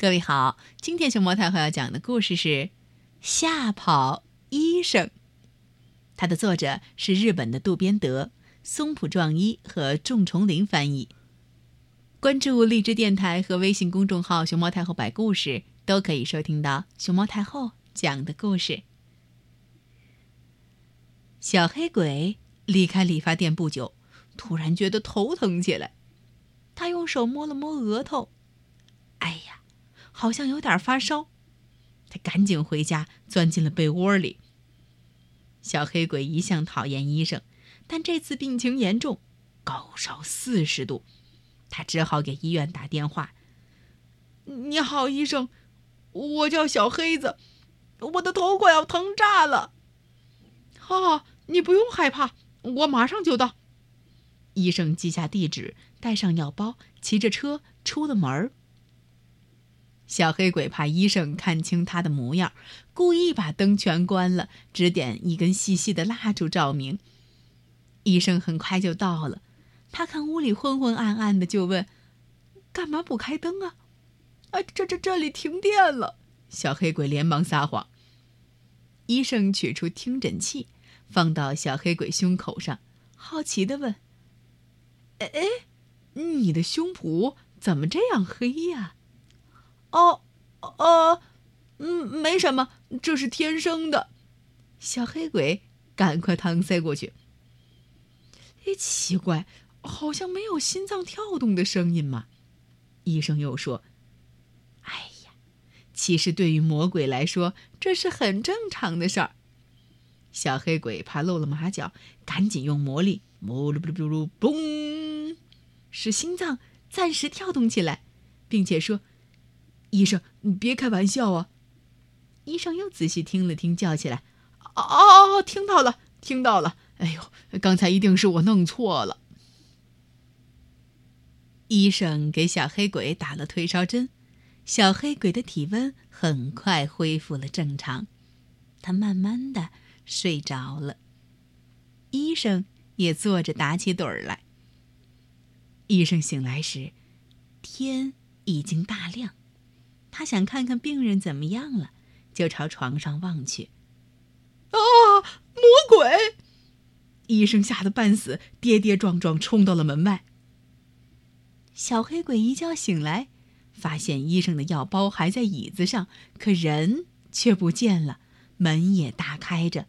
各位好，今天熊猫太后要讲的故事是《吓跑医生》，它的作者是日本的渡边德，松浦壮一和仲崇林翻译。关注荔枝电台和微信公众号熊猫太后摆故事，都可以收听到熊猫太后讲的故事。小黑鬼离开理发店不久，突然觉得头疼起来，他用手摸了摸额头，哎呀，好像有点发烧。他赶紧回家，钻进了被窝里。小黑鬼一向讨厌医生，但这次病情严重，高烧40度，他只好给医院打电话。你好，医生，我叫小黑子，我的头快要疼炸了。好，你不用害怕，我马上就到。医生记下地址，带上药包，骑着车出了门。小黑鬼怕医生看清他的模样，故意把灯全关了，只点一根细细的蜡烛照明。医生很快就到了，他看屋里昏昏暗暗的，就问：干嘛不开灯啊？这里停电了。小黑鬼连忙撒谎。医生取出听诊器，放到小黑鬼胸口上，好奇地问：你的胸脯怎么这样黑呀？没什么，这是天生的。小黑鬼赶快搪塞过去。奇怪，好像没有心脏跳动的声音嘛。医生又说：哎呀，其实对于魔鬼来说，这是很正常的事儿。小黑鬼怕露了马脚，赶紧用魔力，嘣，使心脏暂时跳动起来，并且说：医生，你别开玩笑啊！医生又仔细听了听，叫起来：听到了！哎呦，刚才一定是我弄错了。医生给小黑鬼打了退烧针，小黑鬼的体温很快恢复了正常，他慢慢的睡着了。医生也坐着打起盹儿来。医生醒来时，天已经大亮，他想看看病人怎么样了，就朝床上望去。魔鬼！医生吓得半死，跌跌撞撞冲到了门外。小黑鬼一觉醒来，发现医生的药包还在椅子上，可人却不见了，门也大开着。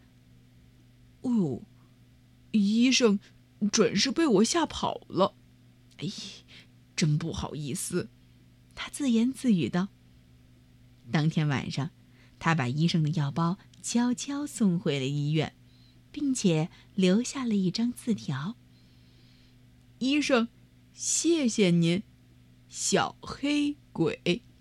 医生准是被我吓跑了。哎，真不好意思，他自言自语道。当天晚上，他把医生的药包悄悄送回了医院，并且留下了一张字条：医生，谢谢您，小黑鬼。